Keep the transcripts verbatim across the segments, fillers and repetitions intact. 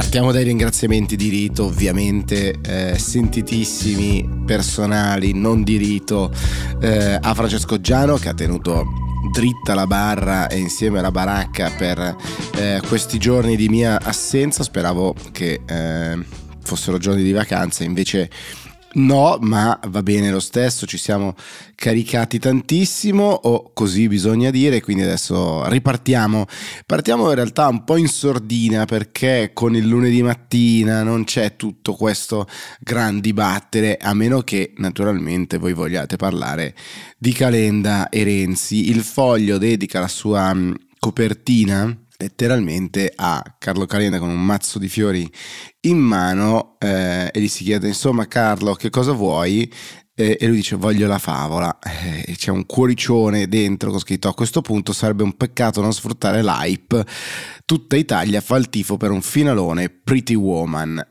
Partiamo dai ringraziamenti di rito, ovviamente, eh, sentitissimi, personali, non di rito, eh, a Francesco Giano, che ha tenuto dritta la barra e insieme alla baracca per eh, questi giorni di mia assenza. Speravo che eh, fossero giorni di vacanza, invece no, ma va bene lo stesso, ci siamo caricati tantissimo, o così bisogna dire, quindi adesso ripartiamo. Partiamo in realtà un po' in sordina, perché con il lunedì mattina non c'è tutto questo gran dibattere, a meno che naturalmente voi vogliate parlare di Calenda e Renzi. Il Foglio dedica la sua mh, copertina letteralmente a Carlo Calenda con un mazzo di fiori in mano, eh, e gli si chiede insomma: Carlo, che cosa vuoi? Eh, e lui dice: voglio la favola. Eh, e c'è un cuoricione dentro con scritto: a questo punto sarebbe un peccato non sfruttare l'hype, tutta Italia fa il tifo per un finalone Pretty Woman.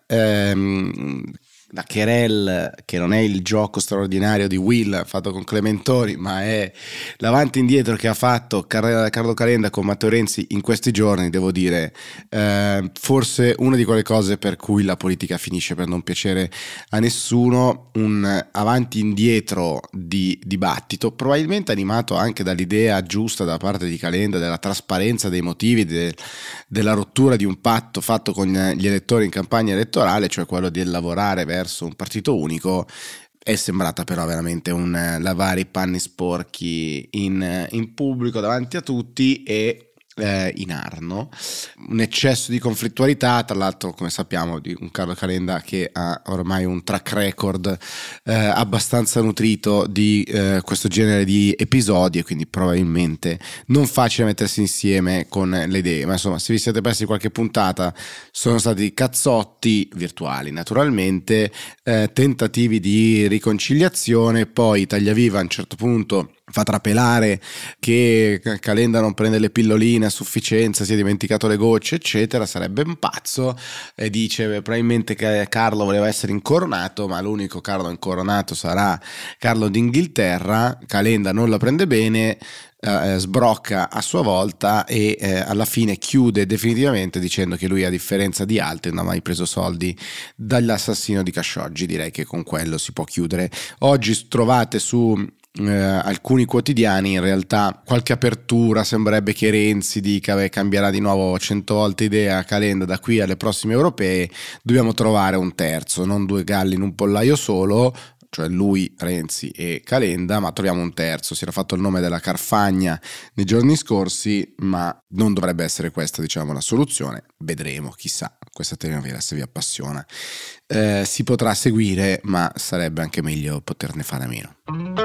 ehm, La querelle, che non è il gioco straordinario di Will fatto con Clementori, ma è l'avanti e indietro che ha fatto Car- Carlo Calenda con Matteo Renzi in questi giorni, devo dire, eh, forse una di quelle cose per cui la politica finisce per non piacere a nessuno. Un avanti e indietro di dibattito, probabilmente animato anche dall'idea giusta da parte di Calenda della trasparenza dei motivi, de- della rottura di un patto fatto con gli elettori in campagna elettorale, cioè quello di lavorare verso un partito unico. È sembrata però veramente un lavare i panni sporchi in, in pubblico davanti a tutti e eh, in Arno, un eccesso di conflittualità, tra l'altro, come sappiamo, di un Carlo Calenda che ha ormai un track record eh, abbastanza nutrito di eh, questo genere di episodi, e quindi probabilmente non facile mettersi insieme con le idee. Ma insomma, se vi siete persi qualche puntata, sono stati cazzotti virtuali naturalmente, eh, tentativi di riconciliazione, poi tagliaviva a un certo punto fa trapelare che Calenda non prende le pilloline a sufficienza, si è dimenticato le gocce eccetera, sarebbe un pazzo, e dice beh, probabilmente che Carlo voleva essere incoronato, ma l'unico Carlo incoronato sarà Carlo d'Inghilterra. Calenda non la prende bene, eh, sbrocca a sua volta e eh, alla fine chiude definitivamente dicendo che lui, a differenza di altri, non ha mai preso soldi dall'assassino di Khashoggi. Direi che con quello si può chiudere. Oggi trovate su Eh, alcuni quotidiani in realtà qualche apertura, sembrerebbe che Renzi dica beh, cambierà di nuovo cento volte idea Calenda da qui alle prossime europee, dobbiamo trovare un terzo, non due galli in un pollaio solo, cioè lui, Renzi e Calenda, ma troviamo un terzo. Si era fatto il nome della Carfagna nei giorni scorsi, ma non dovrebbe essere questa, diciamo, la soluzione. Vedremo, chissà, questa telenovela, se vi appassiona, eh, si potrà seguire, ma sarebbe anche meglio poterne fare a meno.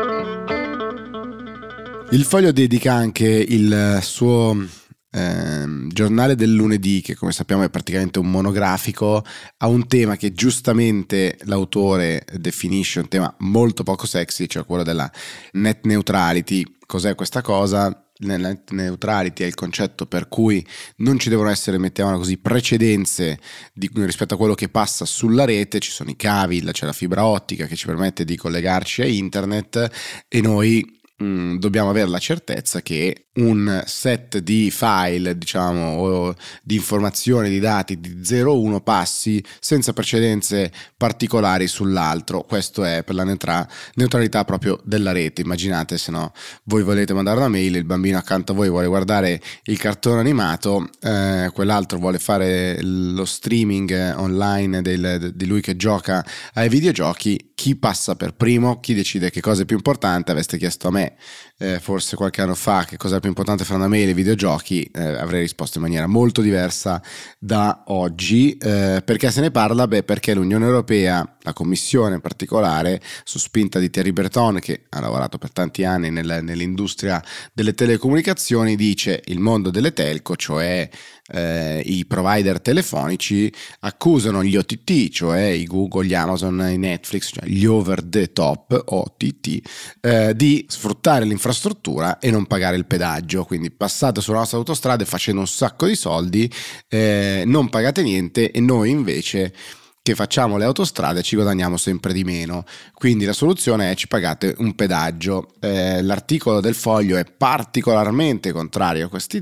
Il Foglio dedica anche il suo eh, giornale del lunedì, che come sappiamo è praticamente un monografico, a un tema che giustamente l'autore definisce un tema molto poco sexy, cioè quello della net neutrality. Cos'è questa cosa? La net neutrality è il concetto per cui non ci devono essere, mettiamola così, precedenze di, rispetto a quello che passa sulla rete. Ci sono i cavi, c'è la fibra ottica che ci permette di collegarci a internet, e noi Mm, dobbiamo avere la certezza che un set di file, diciamo, o di informazioni, di dati di zero uno passi senza precedenze particolari sull'altro. Questo è per la neutra- neutralità proprio della rete. Immaginate, se no voi volete mandare una mail, il bambino accanto a voi vuole guardare il cartone animato, eh, quell'altro vuole fare lo streaming online del, di lui che gioca ai videogiochi. Chi passa per primo? Chi decide che cosa è più importante? Aveste chiesto a me eh, forse qualche anno fa che cosa è più importante fra una mail e i videogiochi, eh, avrei risposto in maniera molto diversa da oggi. Eh, perché se ne parla? Beh, perché l'Unione Europea, la Commissione in particolare, su spinta di Thierry Breton, che ha lavorato per tanti anni nel, nell'industria delle telecomunicazioni, dice: il mondo delle telco, cioè eh, i provider telefonici, accusano gli O T T, cioè i Google, gli Amazon, i Netflix, cioè gli over the top O T T, eh, di sfruttare l'infrastruttura e non pagare il pedaggio. Quindi passate sulla nostra autostrada facendo un sacco di soldi, eh, non pagate niente, e noi invece che facciamo le autostrade ci guadagniamo sempre di meno. Quindi la soluzione è: ci pagate un pedaggio. Eh, l'articolo del Foglio è particolarmente contrario a quest'idea,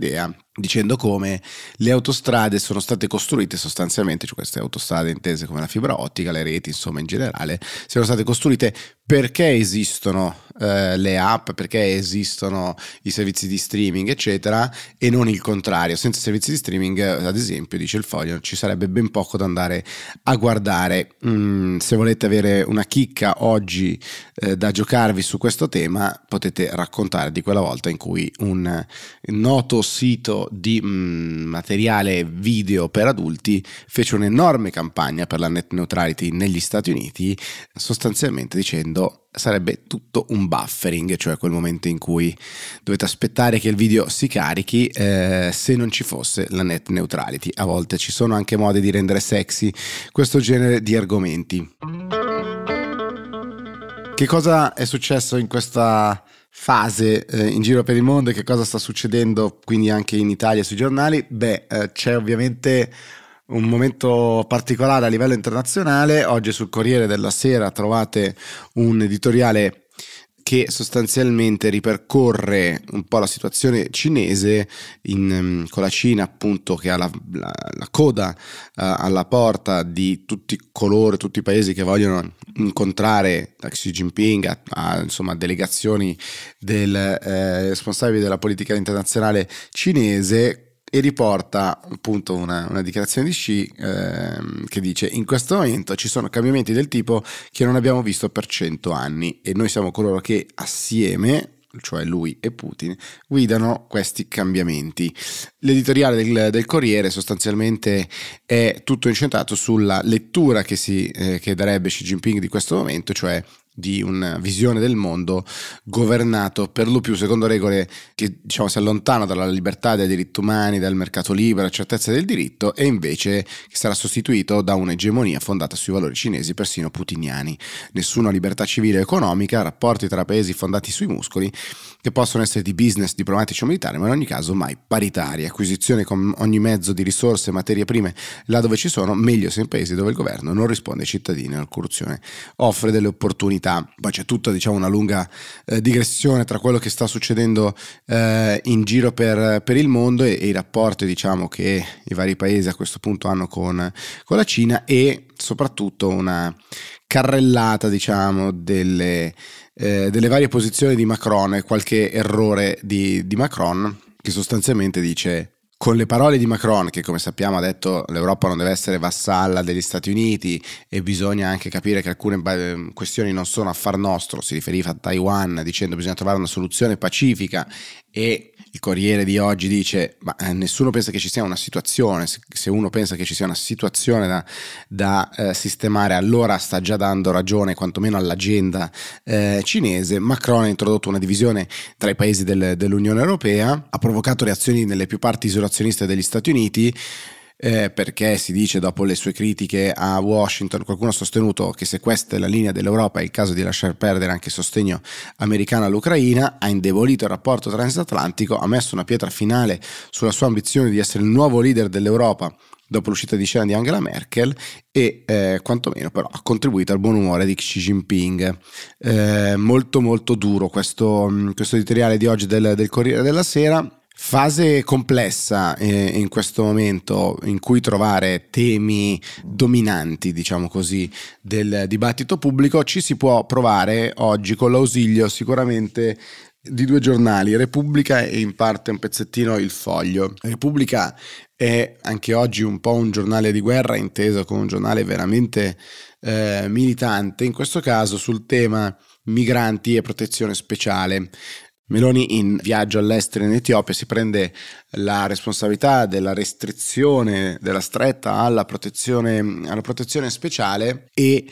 dicendo come le autostrade sono state costruite sostanzialmente, cioè queste autostrade intese come la fibra ottica, le reti insomma in generale, siano state costruite perché esistono eh, le app, perché esistono i servizi di streaming eccetera, e non il contrario. Senza servizi di streaming, ad esempio, dice il Foglio, ci sarebbe ben poco da andare a guardare. Mm, se volete avere una chicca oggi eh, da giocarvi su questo tema, potete raccontare di quella volta in cui un noto sito di mm, materiale video per adulti fece un'enorme campagna per la net neutrality negli Stati Uniti, sostanzialmente dicendo sarebbe tutto un buffering, cioè quel momento in cui dovete aspettare che il video si carichi eh, se non ci fosse la net neutrality. A volte ci sono anche modi di rendere sexy questo genere di argomenti. Che cosa è successo in questa fase eh, in giro per il mondo e che cosa sta succedendo quindi anche in Italia sui giornali? Beh, eh, c'è ovviamente un momento particolare a livello internazionale. Oggi sul Corriere della Sera trovate un editoriale che sostanzialmente ripercorre un po' la situazione cinese in, con la Cina appunto che ha la, la, la coda uh, alla porta di tutti coloro, tutti i paesi che vogliono incontrare da Xi Jinping a, a insomma delegazioni del eh, responsabili della politica internazionale cinese, e riporta appunto una, una dichiarazione di Xi ehm, che dice: in questo momento ci sono cambiamenti del tipo che non abbiamo visto per cento anni e noi siamo coloro che assieme, cioè lui e Putin, guidano questi cambiamenti. L'editoriale del, del Corriere sostanzialmente è tutto incentrato sulla lettura che si eh, che darebbe Xi Jinping di questo momento, cioè di una visione del mondo governato per lo più secondo regole che diciamo si allontanano dalla libertà, dai diritti umani, dal mercato libero, certezza del diritto, e invece che sarà sostituito da un'egemonia fondata sui valori cinesi, persino putiniani. Nessuna libertà civile o economica, rapporti tra paesi fondati sui muscoli, che possono essere di business, diplomatici o militari, ma in ogni caso mai paritari. Acquisizione con ogni mezzo di risorse e materie prime là dove ci sono, meglio se in paesi dove il governo non risponde ai cittadini e alla corruzione offre delle opportunità. Poi c'è tutta diciamo una lunga eh, digressione tra quello che sta succedendo eh, in giro per, per il mondo e, e i rapporti diciamo che i vari paesi a questo punto hanno con, con la Cina, e soprattutto una carrellata diciamo delle, eh, delle varie posizioni di Macron e qualche errore di, di Macron, che sostanzialmente dice: con le parole di Macron, che come sappiamo ha detto l'Europa non deve essere vassalla degli Stati Uniti e bisogna anche capire che alcune questioni non sono affar nostro, si riferiva a Taiwan dicendo bisogna trovare una soluzione pacifica, e il Corriere di oggi dice ma eh, nessuno pensa che ci sia una situazione, se, se uno pensa che ci sia una situazione da, da eh, sistemare allora sta già dando ragione quantomeno all'agenda eh, cinese. Macron ha introdotto una divisione tra i paesi del, dell'Unione Europea, ha provocato reazioni nelle più parti isolazioniste degli Stati Uniti, Eh, perché si dice dopo le sue critiche a Washington, qualcuno ha sostenuto che se questa è la linea dell'Europa è il caso di lasciar perdere anche il sostegno americano all'Ucraina, ha indebolito il rapporto transatlantico, ha messo una pietra finale sulla sua ambizione di essere il nuovo leader dell'Europa dopo l'uscita di scena di Angela Merkel e eh, quantomeno però ha contribuito al buon umore di Xi Jinping. Eh, molto molto duro questo, questo editoriale di oggi del, del Corriere della Sera. Fase complessa eh, in questo momento in cui trovare temi dominanti, diciamo così, del dibattito pubblico. Ci si può provare oggi con l'ausilio sicuramente di due giornali, Repubblica e in parte un pezzettino Il Foglio. Repubblica è anche oggi un po' un giornale di guerra, inteso come un giornale veramente eh, militante, in questo caso sul tema migranti e protezione speciale. Meloni in viaggio all'estero in Etiopia si prende la responsabilità della restrizione della stretta alla protezione, alla protezione speciale, e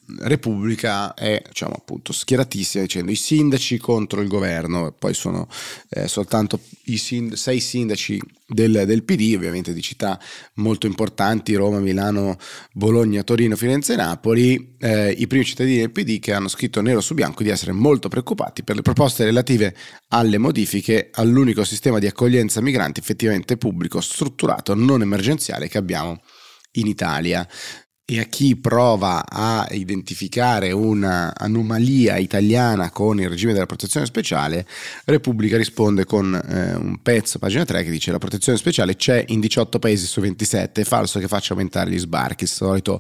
Repubblica è diciamo appunto schieratissima dicendo i sindaci contro il governo. Poi sono eh, soltanto i sind- sei sindaci del, del P D, ovviamente di città molto importanti: Roma, Milano, Bologna, Torino, Firenze e Napoli, eh, i primi cittadini del P D che hanno scritto nero su bianco di essere molto preoccupati per le proposte relative alle modifiche all'unico sistema di accoglienza migranti effettivamente pubblico, strutturato, non emergenziale che abbiamo in Italia. e a chi prova a identificare un'anomalia italiana con il regime della protezione speciale, Repubblica risponde con eh, un pezzo, pagina tre, che dice: la protezione speciale c'è in diciotto paesi su ventisette, è falso che faccia aumentare gli sbarchi. Il solito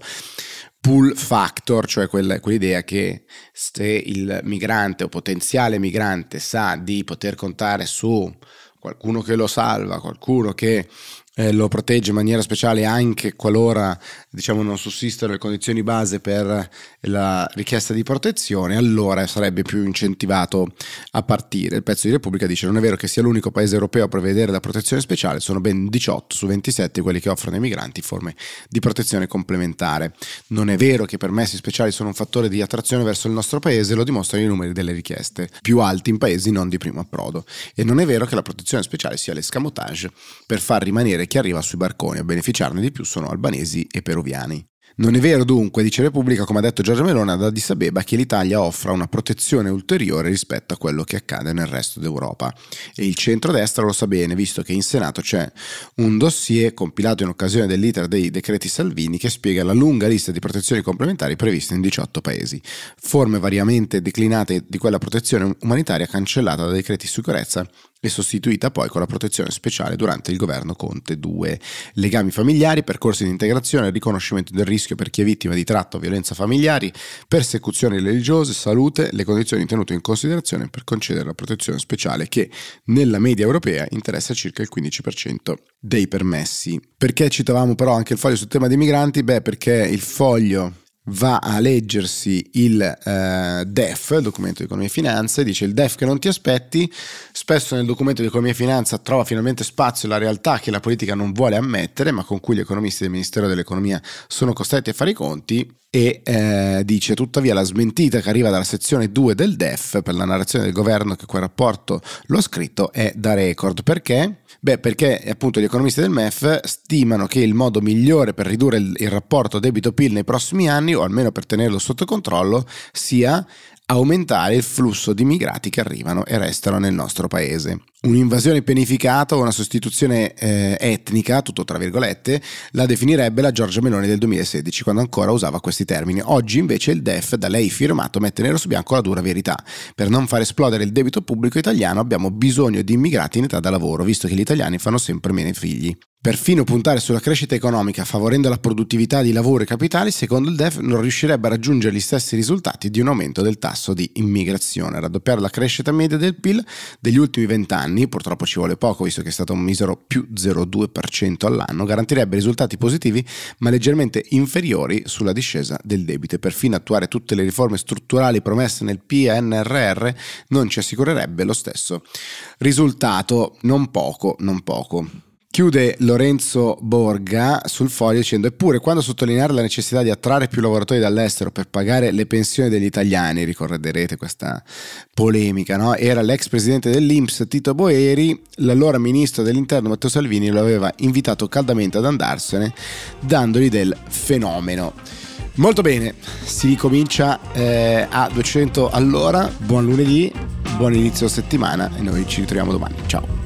pull factor, cioè quella, quell'idea che se il migrante o potenziale migrante sa di poter contare su qualcuno che lo salva, qualcuno che Eh, lo protegge in maniera speciale anche qualora, diciamo, non sussistano le condizioni base per la richiesta di protezione, allora sarebbe più incentivato a partire. Il pezzo di Repubblica dice: non è vero che sia l'unico paese europeo a prevedere la protezione speciale, sono ben diciotto su ventisette quelli che offrono ai migranti forme di protezione complementare. Non è vero che i permessi speciali sono un fattore di attrazione verso il nostro paese, lo dimostrano i numeri delle richieste più alti in paesi non di primo approdo. E non è vero che la protezione speciale sia l'escamotage per far rimanere chi arriva sui barconi. A beneficiarne di più sono albanesi e peruviani. Non è vero dunque, dice Repubblica, come ha detto Giorgia Meloni ad Addis Abeba, che l'Italia offra una protezione ulteriore rispetto a quello che accade nel resto d'Europa. E il centrodestra lo sa bene, visto che in Senato c'è un dossier compilato in occasione dell'iter dei decreti Salvini che spiega la lunga lista di protezioni complementari previste in diciotto paesi, forme variamente declinate di quella protezione umanitaria cancellata dai decreti sicurezza e sostituita poi con la protezione speciale durante il governo Conte due. Legami familiari, percorsi di integrazione, riconoscimento del rischio per chi è vittima di tratta o violenza familiari, persecuzioni religiose, salute, le condizioni tenute in considerazione per concedere la protezione speciale che nella media europea interessa circa il quindici per cento dei permessi. Perché citavamo però anche il foglio sul tema dei migranti? Beh, perché il foglio va a leggersi il eh, D E F, il documento di economia e finanza, e dice: il D E F che non ti aspetti. Spesso nel documento di economia e finanza trova finalmente spazio la realtà che la politica non vuole ammettere, ma con cui gli economisti del Ministero dell'Economia sono costretti a fare i conti, e eh, dice: tuttavia la smentita che arriva dalla sezione due del D E F per la narrazione del governo che quel rapporto lo ha scritto è da record. Perché? Beh, perché appunto gli economisti del M E F stimano che il modo migliore per ridurre il, il rapporto debito-P I L nei prossimi anni, o almeno per tenerlo sotto controllo, sia aumentare il flusso di immigrati che arrivano e restano nel nostro paese. Un'invasione pianificata o una sostituzione eh, etnica, tutto tra virgolette, la definirebbe la Giorgia Meloni del duemilasedici, quando ancora usava questi termini. Oggi invece il D E F da lei firmato mette nero su bianco la dura verità. Per non far esplodere il debito pubblico italiano abbiamo bisogno di immigrati in età da lavoro, visto che gli italiani fanno sempre meno figli. Perfino puntare sulla crescita economica favorendo la produttività di lavoro e capitali, secondo il D E F, non riuscirebbe a raggiungere gli stessi risultati di un aumento del tasso di immigrazione. Raddoppiare la crescita media del P I L degli ultimi vent'anni, purtroppo ci vuole poco visto che è stato un misero più zero virgola due per cento all'anno, garantirebbe risultati positivi ma leggermente inferiori sulla discesa del debito, e perfino attuare tutte le riforme strutturali promesse nel P N R R non ci assicurerebbe lo stesso risultato. Non poco, non poco. Chiude Lorenzo Borga sul Foglio dicendo: eppure quando sottolineare la necessità di attrarre più lavoratori dall'estero per pagare le pensioni degli italiani, ricorderete questa polemica, no? Era l'ex presidente dell'I N P S Tito Boeri, l'allora ministro dell'interno Matteo Salvini lo aveva invitato caldamente ad andarsene, dandogli del fenomeno. Molto bene, si ricomincia eh, a duecento all'ora. Buon lunedì, buon inizio settimana e noi ci ritroviamo domani. Ciao.